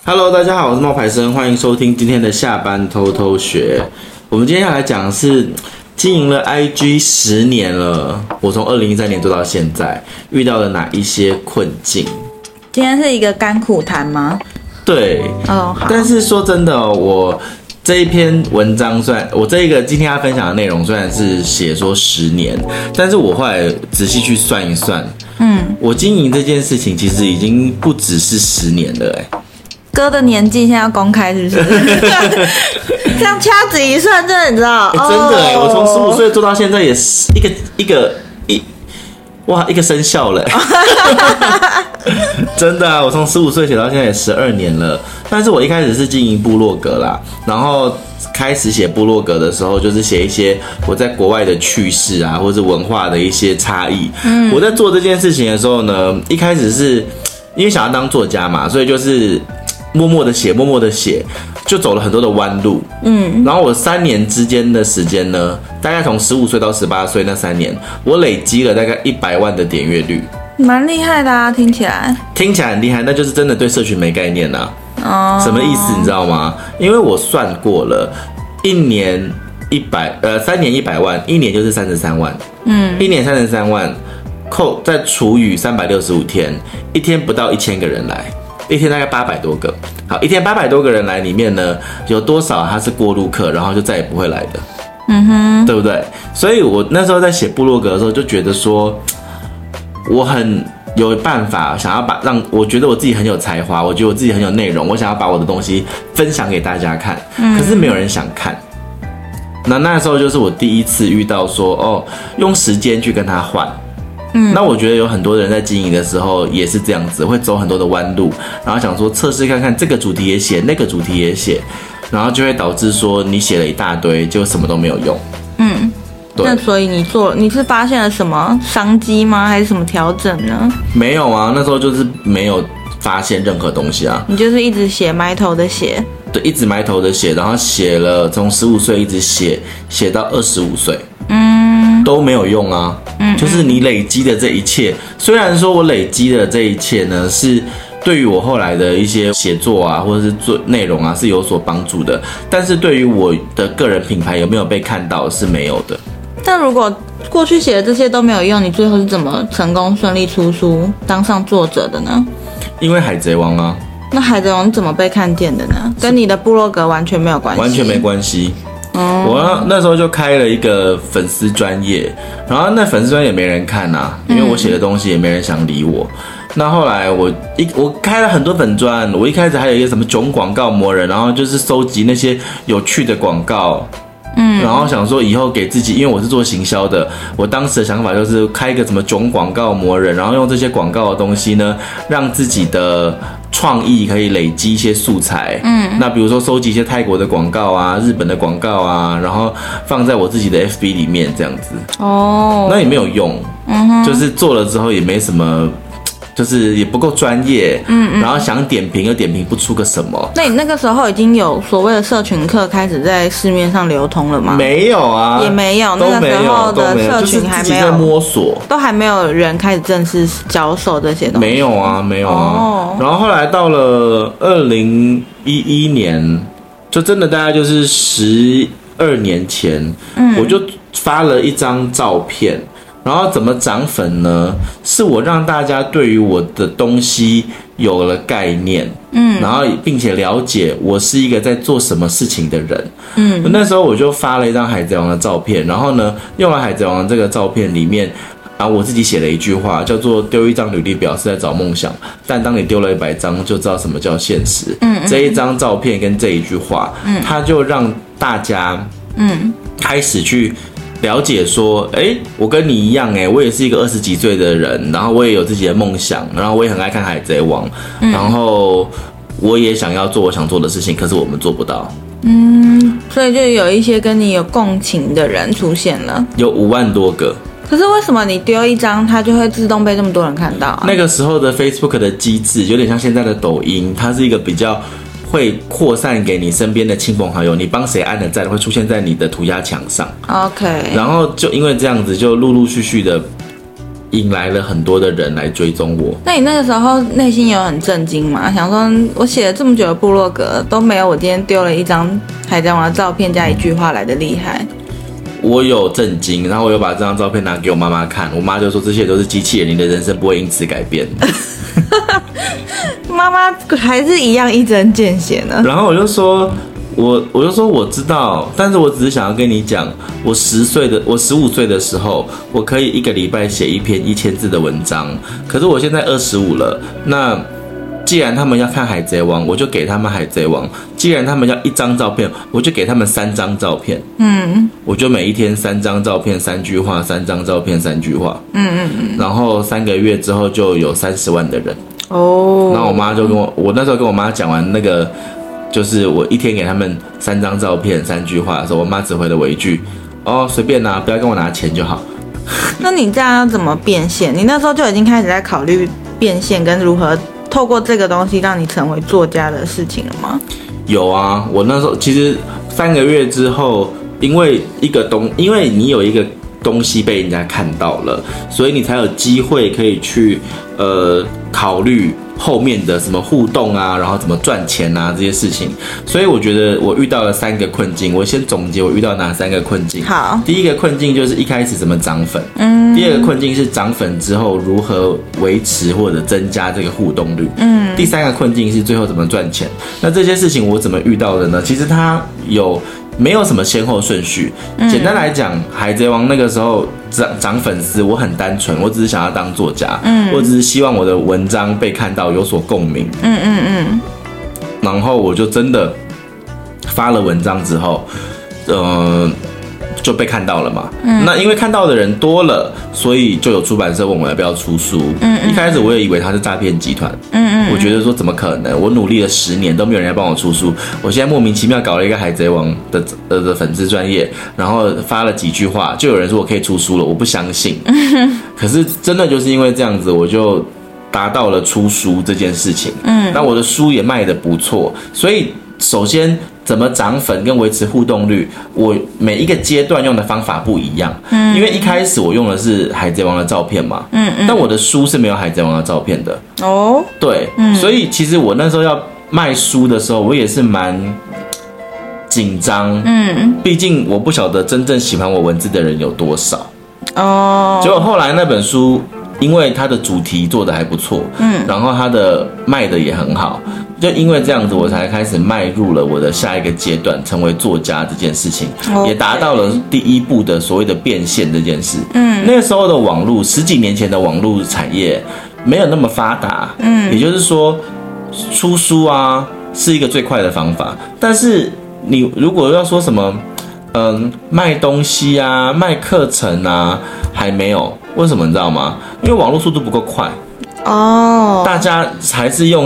Hello， 大家好，我是冒牌生，欢迎收听今天的下班偷偷学。我们今天要来讲的是经营了 IG 10年了，我从2013年做到现在，遇到了哪一些困境？ 今天是一个甘苦谈吗？ 对， 好。 但是说真的我这一篇文章我这一个今天要分享的内容虽然是写说10年，但是我后来仔细去算一算，我经营这件事情其实已经不只是10年了哥的年纪现在要公开是不是？这样掐指一算，真的你知道？ 真的我从15岁做到现在也是一个生肖了真的我从15岁写到现在也12年了。但是我一开始是经营部落格啦，然后开始写部落格的时候，就是写一些我在国外的趣事啊，或者是文化的一些差异。我在做这件事情的时候呢，一开始是因为想要当作家嘛，所以就是默默的写，就走了很多的弯路。然后我3年之间的时间呢，大概从15岁到18岁那3年，我累积了大概100万的点阅率， 蛮厉害的啊，听起来很厉害，那就是真的对社群没概念啊。什么意思你知道吗？因为我算过了，3年100万，1年就是33万，1年33万，再除以365天，一天不到1000个人来，一天大概800多个。好，一天800多个人来，里面呢有多少他是过路客，然后就再也不会来的，对不对？所以我那时候在写部落格的时候，就觉得说，我很有办法想要我觉得我自己很有才华，我觉得我自己很有内容，我想要把我的东西分享给大家看，可是没有人想看。那时候就是我第一次遇到说，用时间去跟他换。那我觉得有很多人在经营的时候也是这样子，会走很多的弯路，然后想说测试看看这个主题也写，那个主题也写，然后就会导致说你写了一大堆，就什么都没有用。对。 那所以你是发现了什么商机吗？还是什么调整呢？ 没有啊，那时候就是没有发现任何东西啊。 你就是一直写，埋头的写。 对，一直埋头的写，然后写了从15岁一直写到25岁。都没有用啊。就是你累积的这一切，虽然说我累积的这一切呢，是对于我后来的一些写作啊，或者是做内容啊是有所帮助的，但是对于我的个人品牌有没有被看到是没有的。 但如果过去写的这些都没有用，你最后是怎么成功顺利出书当上作者的呢？ 因为海贼王啊。 那海贼王怎么被看见的呢？跟你的部落格完全没有关系。 完全没关系。我那时候就开了一个粉丝专页，然后那粉丝专页也没人看啊，因为我写的东西也没人想理我。那后来我开了很多粉专，我一开始还有一个什么囧广告魔人，然后就是收集那些有趣的广告。然后想说以后给自己，因为我是做行销的，我当时的想法就是开一个什么囧广告魔人，然后用这些广告的东西呢，让自己的创意可以累积一些素材。那比如说收集一些泰国的广告啊，日本的广告啊，然后放在我自己的 FB 里面这样子。那也没有用。就是做了之后也没什么，就是也不够专业。然后想点评又点评不出个什么。 那你那个时候已经有所谓的社群课开始在市面上流通了吗？ 没有啊， 也没有。那个时候的社群还没有， 就是自己在摸索， 都还没有人开始正式教授这些东西。 没有啊。然后后来到了2011年，就真的大概就是12年前，我就发了一张照片。然后怎么涨粉呢？是我让大家对于我的东西有了概念，然后并且了解我是一个在做什么事情的人。那时候我就发了一张海贼王的照片，然后呢，用了海贼王的这个照片里面，我自己写了一句话，叫做丢一张履历表是在找梦想，但当你丢了100张，就知道什么叫现实。这一张照片跟这一句话，它就让大家开始去了解说，我跟你一样，我也是一个20几岁的人，然后我也有自己的梦想，然后我也很爱看海贼王，然后我也想要做我想做的事情，可是我们做不到。 所以就有一些跟你有共情的人出现了， 有5万多个。 可是为什么你丢一张，它就会自动被这么多人看到啊？ 那个时候的 Facebook 的机制有点像现在的抖音，它是一个比较会扩散给你身边的亲朋好友，你帮谁按了赞，会出现在你的涂鸦墙上。 OK。 然后就因为这样子，就陆陆续续的引来了很多的人来追踪我。 那你那个时候内心有很震惊吗？想说我写了这么久的部落格都没有我今天丢了一张海贼王的照片加一句话来的厉害。 我有震惊，然后我又把这张照片拿给我妈妈看，我妈就说这些都是机器人，你的人生不会因此改变。 妈妈还是一样一针见血呢。 然后我就说我知道，但是我只是想要跟你讲，我15岁的时候，我可以一个礼拜写一篇1000字的文章，可是我现在25了，那既然他们要看海贼王，我就给他们海贼王；既然他们要1张照片，我就给他们3张照片。我就每一天3张照片3句话，3张照片3句话。然后3个月之后就有30万的人。然后我妈就跟我那时候跟我妈讲完那个，就是我一天给他们3张照片3句话的时候，我妈只回了我一句：哦，随便拿，不要跟我拿钱就好。 那你这样要怎么变现？你那时候就已经开始在考虑变现跟如何透过这个东西让你成为作家的事情了吗？ 有啊，我那时候其实3个月之后，因为你有一个东西被人家看到了，所以你才有机会可以去考虑后面的什么互动啊，然后怎么赚钱啊这些事情。所以我觉得我遇到了3个困境，我先总结我遇到哪3个困境。 好， 第一个困境就是一开始怎么涨粉，第二个困境是涨粉之后如何维持或者增加这个互动率，第3个困境是最后怎么赚钱。那这些事情我怎么遇到的呢？其实它没有什么先后顺序。简单来讲，海贼王那个时候涨粉丝，我很单纯，我只是想要当作家，我只是希望我的文章被看到，有所共鸣。然后我就真的发了文章之后，就被看到了嘛。那因为看到的人多了，所以就有出版社问我要不要出书。一开始我也以为他是诈骗集团。我觉得说怎么可能？我努力了10年都没有人来帮我出书，我现在莫名其妙搞了一个海贼王的粉丝专页，然后发了几句话，就有人说我可以出书了，我不相信。可是真的就是因为这样子，我就达到了出书这件事情。那我的书也卖得不错，所以首先怎么涨粉跟维持互动率，我每一个阶段用的方法不一样。因为一开始我用的是海贼王的照片嘛，但我的书是没有海贼王的照片的。对，所以其实我那时候要卖书的时候，我也是蛮紧张。毕竟我不晓得真正喜欢我文字的人有多少。结果后来那本书，因为它的主题做得还不错，然后它的卖的也很好，就因为这样子，我才开始迈入了我的下一个阶段，成为作家这件事情，也达到了第一步的所谓的变现这件事。那个时候的网络，10几年前的网络产业没有那么发达，也就是说，出书啊是一个最快的方法，但是你如果要说什么，卖东西啊，卖课程啊，还没有。为什么你知道吗？因为网络速度不够快。大家还是用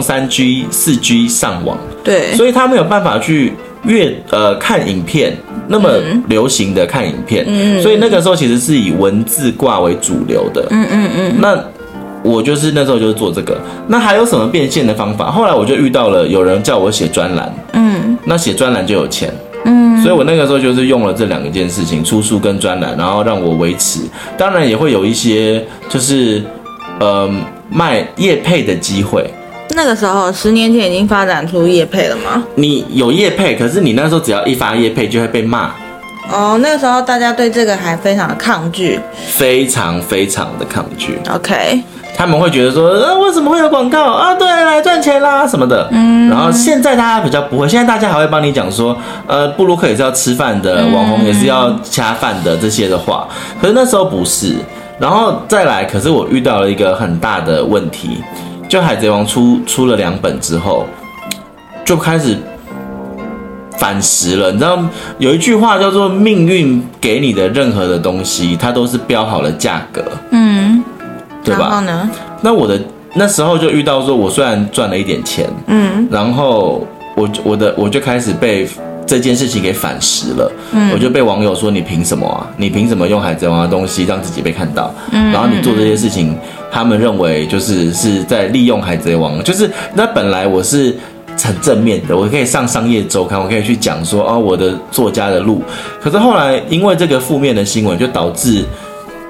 3G、4G 上网，对，所以他没有办法去看影片，那么流行的看影片，所以那个时候其实是以文字挂为主流的。那我就是那时候就是做这个。那还有什么变现的方法？后来我就遇到了有人叫我写专栏，那写专栏就有钱。所以我那个时候就是用了这2件事情，出书跟专栏，然后让我维持。当然也会有一些就是卖业配的机会。 那个时候10年前已经发展出业配了吗？ 你有业配，可是你那时候只要一发业配就会被骂。 那个时候大家对这个还非常的抗拒， 非常非常的抗拒。 OK， 他们会觉得说，为什么会有广告啊？对，来赚钱啦什么的。然后现在大家比较不会，现在大家还会帮你讲说，部落客也是要吃饭的，网红也是要掐饭的这些的话。可是那时候不是。然后再来，可是我遇到了一个很大的问题，就海贼王出了2本之后，就开始反噬了。你知道有一句话叫做命运给你的任何的东西，它都是标好了价格。对吧？然后呢？那我的那时候就遇到说，我虽然赚了一点钱，然后我就开始被这件事情给反噬了。我就被网友说，你凭什么啊？你凭什么用海贼王的东西让自己被看到？然后你做这些事情，他们认为是在利用海贼王。就是那本来我是很正面的，我可以上商业周刊，我可以去讲说我的作家的路。可是后来因为这个负面的新闻，就导致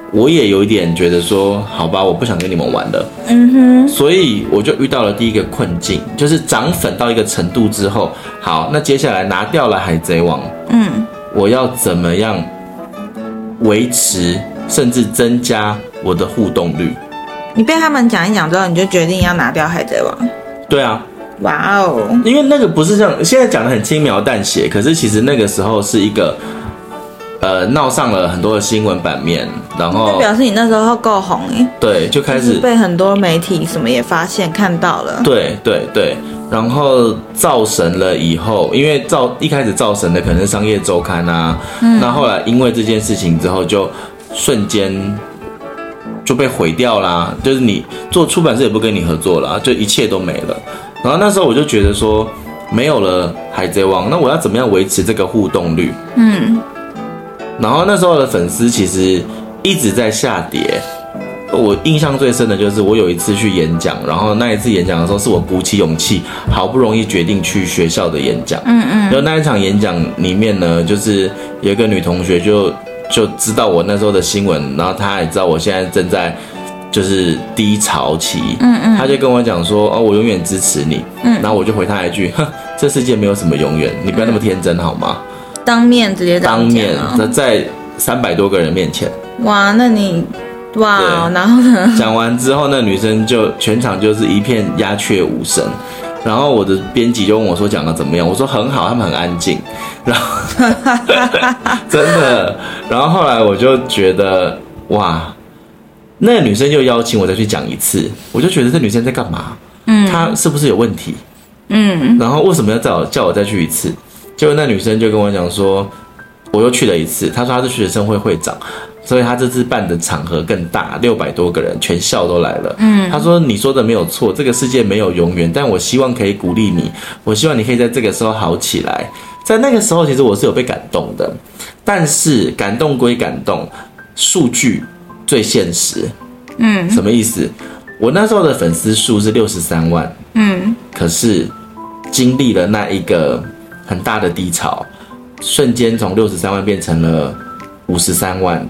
我也有一点觉得说，好吧，我不想跟你们玩了。所以我就遇到了第一个困境，就是涨粉到一个程度之后，好，那接下来拿掉了海贼王，我要怎么样维持甚至增加我的互动率？ 你被他们讲一讲之后，你就决定要拿掉海贼王？ 对啊。 哇哦！ 因为那个不是像现在讲的很轻描淡写，可是其实那个时候是一个闹上了很多的新闻版面，然后就表示你那时候够红耶。 对，就开始被很多媒体什么也发现看到了。 对，然后造神了以后，因为一开始造神的可能是商业周刊啊，那后来因为这件事情之后，就瞬间就被毁掉啦，就是你做出版社也不跟你合作啦，就一切都没了。然后那时候我就觉得说，没有了海贼王，那我要怎么样维持这个互动率？然后那时候的粉丝其实一直在下跌。我印象最深的就是我有一次去演讲，然后那一次演讲的时候是我鼓起勇气，好不容易决定去学校的演讲。然后那一场演讲里面呢，就是有一个女同学就知道我那时候的新闻，然后她也知道我现在正在就是低潮期，他就跟我讲说，我永远支持你，然后我就回他一句，这世界没有什么永远，你不要那么天真好吗？ 当面直接当面在300多个人面前， 哇，那你哇，然后呢？ 讲完之后，那女生就全场就是一片鸦雀无声，然后我的编辑就问我说讲得怎么样，我说很好，他们很安静，然后真的，然后后来我就觉得哇。那个女生又邀请我再去讲一次，我就觉得这女生在干嘛？她是不是有问题？然后为什么要叫我再去一次？结果那女生就跟我讲说，我又去了一次。她说她是学生会会长，所以她这次办的场合更大，600多个人，全校都来了。她说你说的没有错，这个世界没有永远，但我希望可以鼓励你，我希望你可以在这个时候好起来。在那个时候，其实我是有被感动的，但是感动归感动，数据最现实。什么意思？我那时候的粉丝数是63万，可是经历了那一个很大的低潮，瞬间从63万变成了53万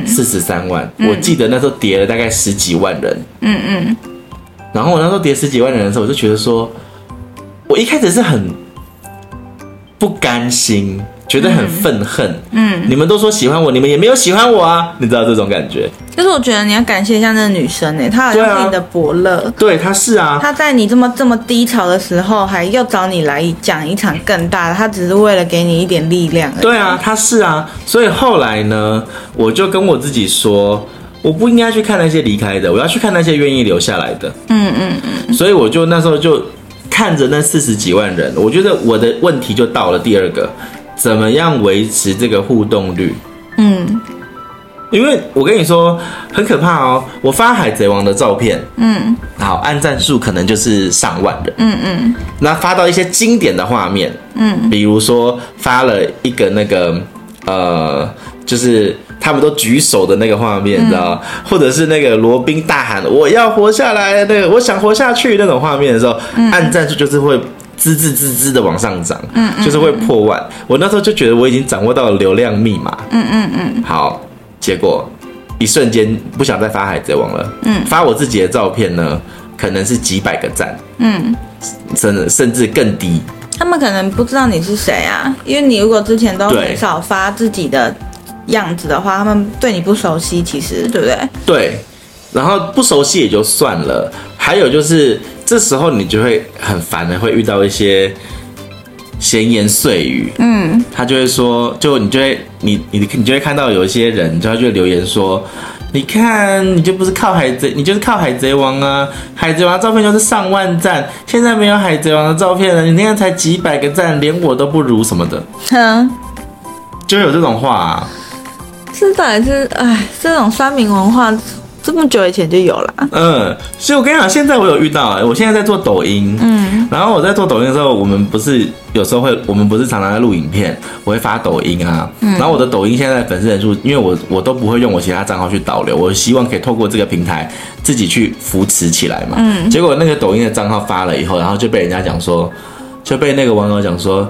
，43万，我记得那时候跌了大概10几万人，然后我那时候跌10几万人的时候，我就觉得说，我一开始是很不甘心，觉得很愤恨，你们都说喜欢我，你们也没有喜欢我啊，你知道这种感觉。 就是我觉得你要感谢一下那个女生她好像是你的伯乐。 对，她是啊， 她在你这么低潮的时候，还要找你来讲一场更大的，她只是为了给你一点力量而已。 对啊，她是啊，所以后来呢，我就跟我自己说，我不应该去看那些离开的，我要去看那些愿意留下来的。所以我就那时候就看着那40几万人，我觉得我的问题就到了第二个，怎么样维持这个互动率？因为我跟你说很可怕哦，我发海贼王的照片，好，按赞数可能就是上万人，那发到一些经典的画面，比如说发了一个那个就是他们都举手的那个画面，你知道吗？或者是那个罗宾大喊我要活下来，那个我想活下去那种画面的时候，按赞数就是会滋的往上涨，就是会破万。我那时候就觉得我已经掌握到了流量密码，好，结果一瞬间不想再发海贼王了，发我自己的照片呢，可能是几百个赞，甚至更低。 他们可能不知道你是谁啊，因为你如果之前都很少发自己的样子的话，他们对你不熟悉，其实对不对？对， 然后不熟悉也就算了，还有就是这时候你就会很烦的，会遇到一些闲言碎语，他就会说，你就会看到有一些人，他就会留言说，你看你就是靠海贼王啊，海贼王的照片就是上万赞，现在没有海贼王的照片了，你那样才几百个赞，连我都不如什么的，就会有这种话啊。 这到底是这种酸民文化这么久以前就有了。 所以我跟你讲，现在我有遇到，我现在在做抖音，然后我在做抖音的时候，我们不是常常在录影片，我会发抖音啊，然后我的抖音现在的粉丝人数，因为我都不会用我其他账号去导流，我希望可以透过这个平台自己去扶持起来嘛，结果那个抖音的账号发了以后，然后就被人家讲说，就被那个网友讲说，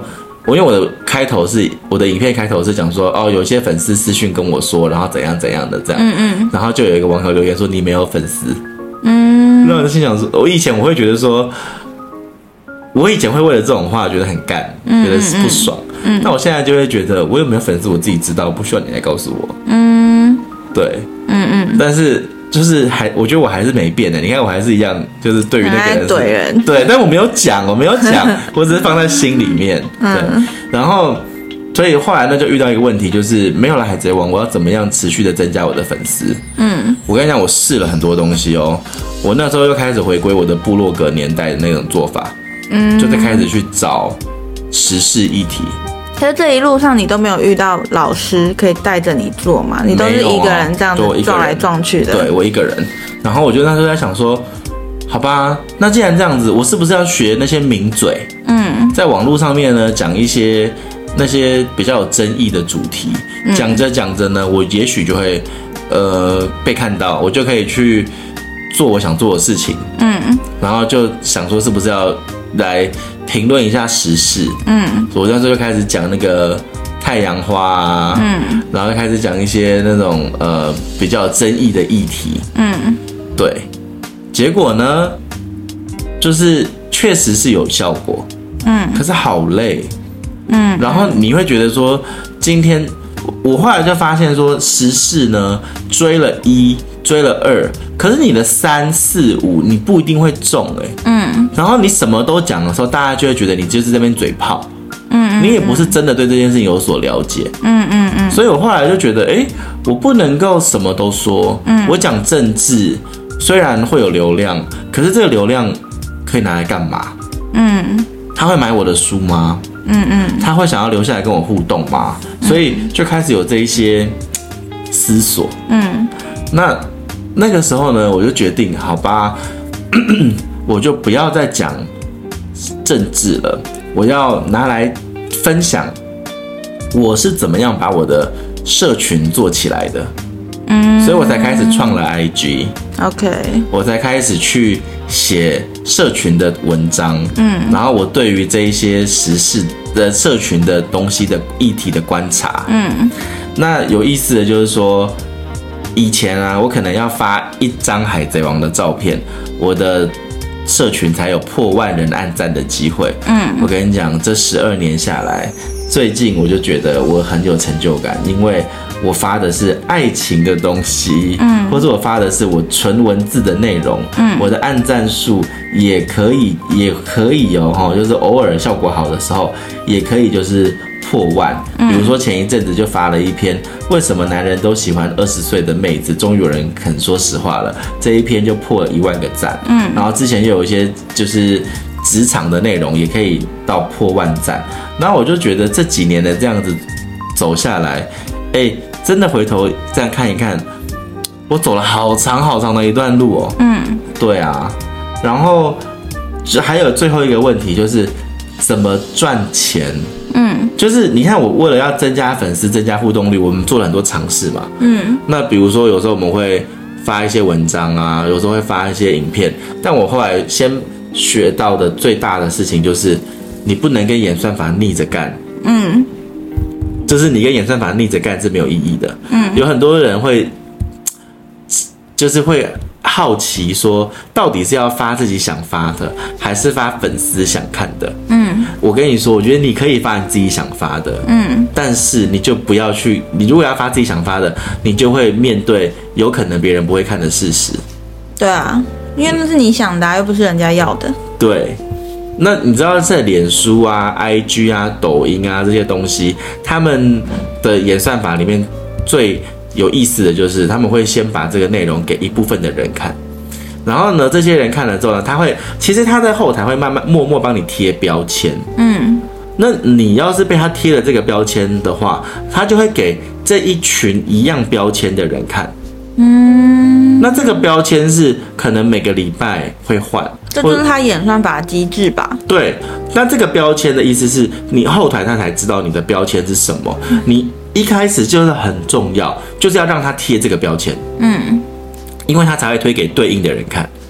因为我的影片开头是讲说，哦，有些粉丝私讯跟我说，然后怎样怎样的这样，然后就有一个网友留言说你没有粉丝，那我就心想说，我以前会觉得说，我以前会为了这种话觉得很干，觉得不爽，那我现在就会觉得我有没有粉丝我自己知道，不需要你来告诉我，对，但是。就是我觉得我还是没变的。你看我还是一样，就是对于那个人怼人， 对，但我没有讲，我只是放在心里面。对，然后所以后来呢就遇到一个问题，就是没有了海贼王，我要怎么样持续的增加我的粉丝？我跟你讲，我试了很多东西哦。我那时候又开始回归我的部落格年代的那种做法，就是开始去找时事议题。 可是这一路上你都没有遇到老师可以带着你做嘛？你都是一个人这样子撞来撞去的。 对，我一个人。然后我就那时候在想说，好吧，那既然这样子，我是不是要学那些名嘴？在网络上面呢讲一些那些比较有争议的主题，讲着讲着呢，我也许就会被看到，我就可以去做我想做的事情。然后就想说是不是要来评论一下时事，我那时候就开始讲那个太阳花啊，然后开始讲一些那种比较有争议的议题，对，结果呢，就是确实是有效果，可是好累，然后你会觉得说，今天我后来就发现说，时事呢追了1，追了2，可是你的3、4、5你不一定会中然后你什么都讲的时候，大家就会觉得你就是这边嘴炮，你也不是真的对这件事情有所了解，所以我后来就觉得，我不能够什么都说，我讲政治虽然会有流量，可是这个流量可以拿来干嘛？他会买我的书吗？他会想要留下来跟我互动吗？所以就开始有这一些思索，那个时候呢，我就决定，好吧，我就不要再讲政治了，我要拿来分享我是怎么样把我的社群做起来的，所以我才开始创了 IG，OK， 我才开始去写社群的文章，然后我对于这一些时事的社群的东西的议题的观察，那有意思的就是说，以前啊，我可能要发1张海贼王的照片，我的社群才有破万人按赞的机会。我跟你讲，这12年下来，最近我就觉得我很有成就感，因为我发的是爱情的东西，或者我发的是我纯文字的内容，我的按赞数也可以哦，就是偶尔效果好的时候，也可以就是破万。比如说前一阵子就发了一篇，为什么男人都喜欢20岁的妹子，终于有人肯说实话了，这一篇就破了1万个赞。然后之前又有一些就是职场的内容也可以到破万赞，然后我就觉得这几年的这样子走下来，真的回头这样看一看，我走了好长好长的一段路哦。对啊，然后还有最后一个问题就是怎么赚钱。就是你看我为了要增加粉丝、增加互动率，我们做了很多尝试嘛。那比如说有时候我们会发一些文章啊，有时候会发一些影片，但我后来先学到的最大的事情就是你不能跟演算法逆着干。就是你跟演算法逆着干是没有意义的。有很多人会就是会好奇说，到底是要发自己想发的，还是发粉丝想看的？我跟你说，我觉得你可以发你自己想发的，但是你就不要去，你如果要发自己想发的，你就会面对有可能别人不会看的事实。 对啊，因为那是你想的，又不是人家要的。 对。那你知道在脸书啊、IG 啊、抖音啊这些东西，他们的演算法里面最有意思的就是他们会先把这个内容给一部分的人看，然后呢，这些人看了之后呢，其实他在后台会慢慢默默帮你贴标签。那你要是被他贴了这个标签的话，他就会给这一群一样标签的人看。那这个标签是可能每个礼拜会换， 这就是他演算法的机制吧？ 对，那这个标签的意思是你后台他才知道你的标签是什么，你一开始就是很重要，就是要让他贴这个标签，因为他才会推给对应的人看。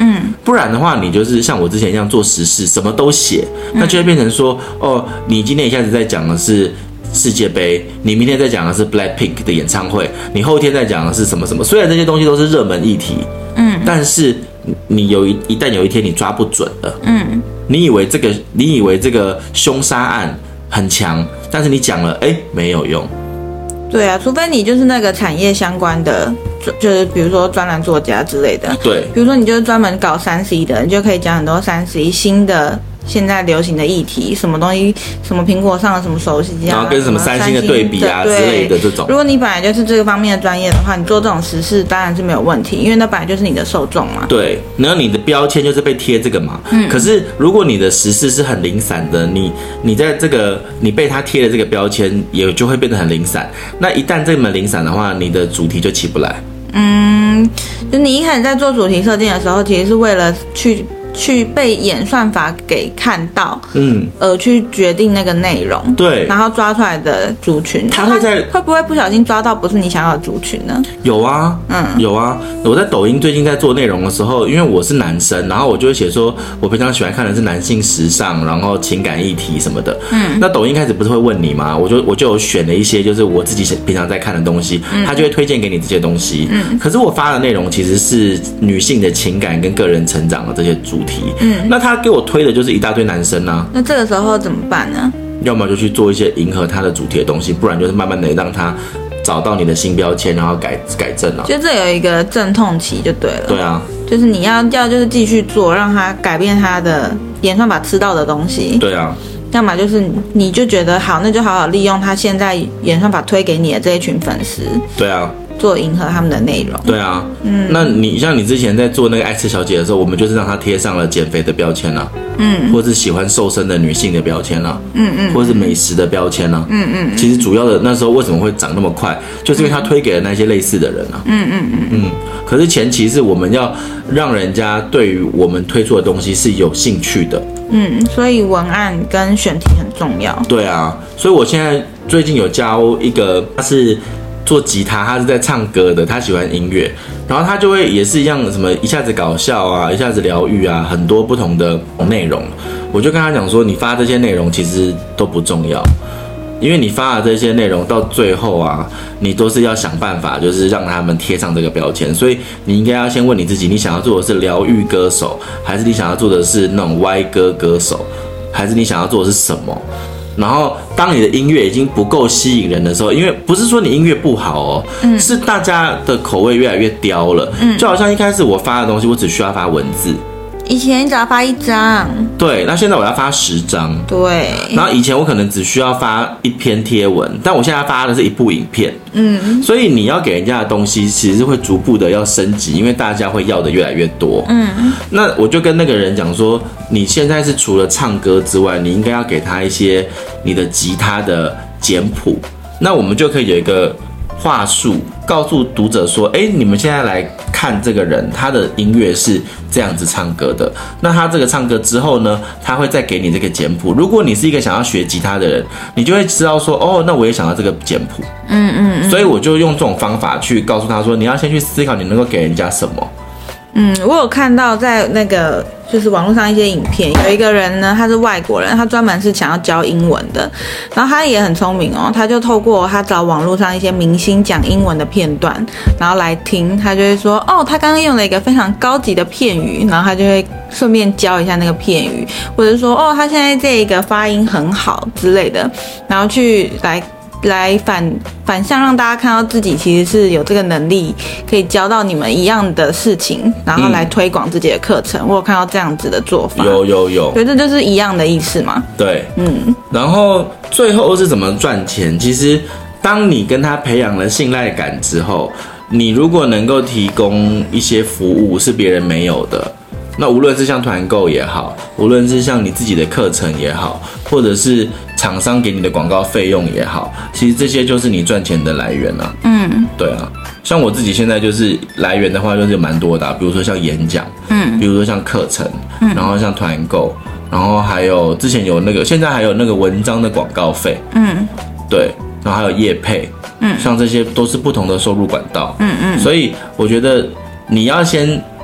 不然的话，你就是像我之前一样做时事，什么都写，那就会变成说，你今天一下子在讲的是世界杯，你明天在讲的是 Blackpink 的演唱会，你后天在讲的是什么什么。虽然这些东西都是热门议题，但是你一旦有一天你抓不准了，你以为这个凶杀案很强，但是你讲了，没有用。 对啊，除非你就是那个产业相关的，就是比如说专栏作家之类的。 对， 比如说你就是专门搞3C 的，你就可以讲很多3C 新的现在流行的议题，什么东西，什么苹果上的什么手机啊， 然后跟什么3星的对比啊之类的这种。 如果你本来就是这个方面的专业的话，你做这种时事当然是没有问题，因为那本来就是你的受众嘛。 对，然后你的标签就是被贴这个嘛。可是如果你的时事是很零散的，你在这个你被他贴的这个标签也就会变得很零散。那一旦这么零散的话，你的主题就起不来。 就你一开始在做主题设定的时候，其实是为了去被演算法给看到，而去决定那个内容， 对， 然后抓出来的族群， 他会不会不小心抓到不是你想要的族群呢？ 有啊，有啊。我在抖音最近在做内容的时候，因为我是男生，然后我就会写说，我平常喜欢看的是男性时尚，然后情感议题什么的。那抖音开始不是会问你吗？我就有选了一些就是我自己平常在看的东西，他就会推荐给你这些东西。可是我发的内容其实是女性的情感跟个人成长的这些主题。那他给我推的就是一大堆男生啊。 那这个时候怎么办呢？ 要么就去做一些迎合他的主题的东西，不然就是慢慢的让他找到你的新标签，然后改正啊。 就这有一个阵痛期就对了。 对啊， 就是你要就是继续做，让他改变他的演算法吃到的东西。 对啊。 要么就是你就觉得好，那就好好利用他现在演算法推给你的这一群粉丝。 对啊。 做迎合他们的内容。 对啊，那你像你之前在做那个爱吃小姐的时候，我们就是让她贴上了减肥的标签啊，或是喜欢瘦身的女性的标签啊，或是美食的标签啊，其实主要的那时候为什么会长那么快，就是因为她推给了那些类似的人啊，可是前提是我们要让人家对于我们推出的东西是有兴趣的， 所以文案跟选题很重要。 对啊，所以我现在最近有教一个，他是做吉他，他是在唱歌的，他喜欢音乐，然后他就会也是一样，什么一下子搞笑啊，一下子疗愈啊，很多不同的内容。我就跟他讲说，你发这些内容其实都不重要，因为你发的这些内容到最后啊，你都是要想办法，就是让他们贴上这个标签。所以你应该要先问你自己，你想要做的是疗愈歌手，还是你想要做的是那种歪歌歌手，还是你想要做的是什么？然后当你的音乐已经不够吸引人的时候，因为不是说你音乐不好哦，是大家的口味越来越刁了，就好像一开始我发的东西，我只需要发文字， 以前你只要发1张， 对，那现在我要发10张， 对， 然后以前我可能只需要发1篇贴文，但我现在发的是1部影片，所以你要给人家的东西其实是会逐步的要升级，因为大家会要的越来越多，那我就跟那个人讲说，你现在是除了唱歌之外，你应该要给他一些你的吉他的简谱，那我们就可以有一个话术告诉读者说，你们现在来看这个人，他的音乐是这样子唱歌的，那他这个唱歌之后呢，他会再给你这个简谱。如果你是一个想要学吉他的人，你就会知道说，那我也想要这个简谱，所以我就用这种方法去告诉他说，你要先去思考你能够给人家什么。 我有看到在那个就是网络上一些影片，有一个人呢，他是外国人，他专门是想要教英文的，然后他也很聪明哦，他就透过他找网络上一些明星讲英文的片段，然后来听，他就会说，他刚刚用了一个非常高级的片语，然后他就会顺便教一下那个片语，或者说，他现在这个发音很好之类的，然后去来反向让大家看到自己其实是有这个能力可以教到你们一样的事情，然后来推广自己的课程。我有看到这样子的做法。 有， 对，这就是一样的意思嘛。 对，然后最后是怎么赚钱？其实当你跟他培养了信赖感之后，你如果能够提供一些服务是别人没有的，那无论是像团购也好，无论是像你自己的课程也好，或者是厂商给你的广告费用也好，其实这些就是你赚钱的来源啊。对啊，像我自己现在就是来源的话，就是蛮多的比如说像演讲，比如说像课程，然后像团购，然后还有之前有那个，现在还有那个文章的广告费，对，然后还有业配，像这些都是不同的收入管道，所以我觉得你要先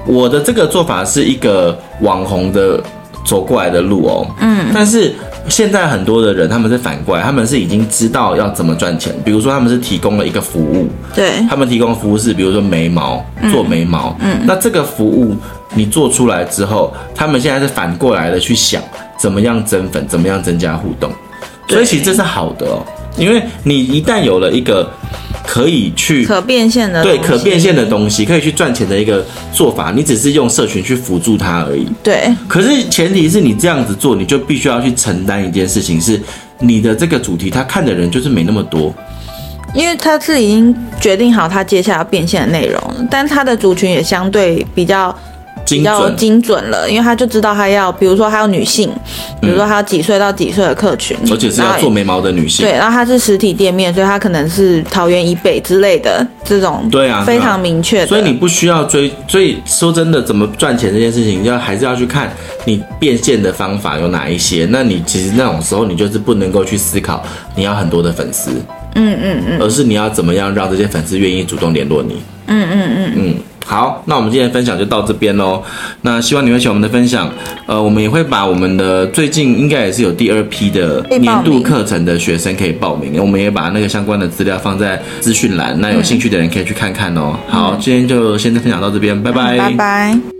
我的这个做法是一个网红的走过来的路哦，但是现在很多的人他们是反过来，他们是已经知道要怎么赚钱，比如说他们是提供了一个服务， 对， 他们提供的服务是比如说眉毛，做眉毛，那这个服务你做出来之后，他们现在是反过来的去想怎么样增粉，怎么样增加互动，所以其实这是好的哦，因为你一旦有了一个可以去可变现的， 对，可变现的东西，可以去赚钱的一个做法，你只是用社群去辅助它而已。 对。 可是前提是你这样子做，你就必须要去承担一件事情，是你的这个主题，他看的人就是没那么多。 因为他是已经决定好他接下来要变现的内容，但他的族群也相对比较精准了，因为他就知道他要，比如说他要女性，比如说他要几岁到几岁的客群， 而且是要做眉毛的女性。 对，然后他是实体店面，所以他可能是桃园以北之类的这种， 对啊， 非常明确的。 所以你不需要追，所以说真的，怎么赚钱这件事情，还是要去看你变现的方法有哪一些。那你其实那种时候，你就是不能够去思考你要很多的粉丝，而是你要怎么样让这些粉丝愿意主动联络你。好，那我们今天的分享就到这边咯。那希望你会喜欢我们的分享。我们也会把我们的最近应该也是有第2批的年度课程的学生可以报名，我们也把那个相关的资料放在资讯栏，那有兴趣的人可以去看看哦。好，今天就先分享到这边，拜拜， 拜拜。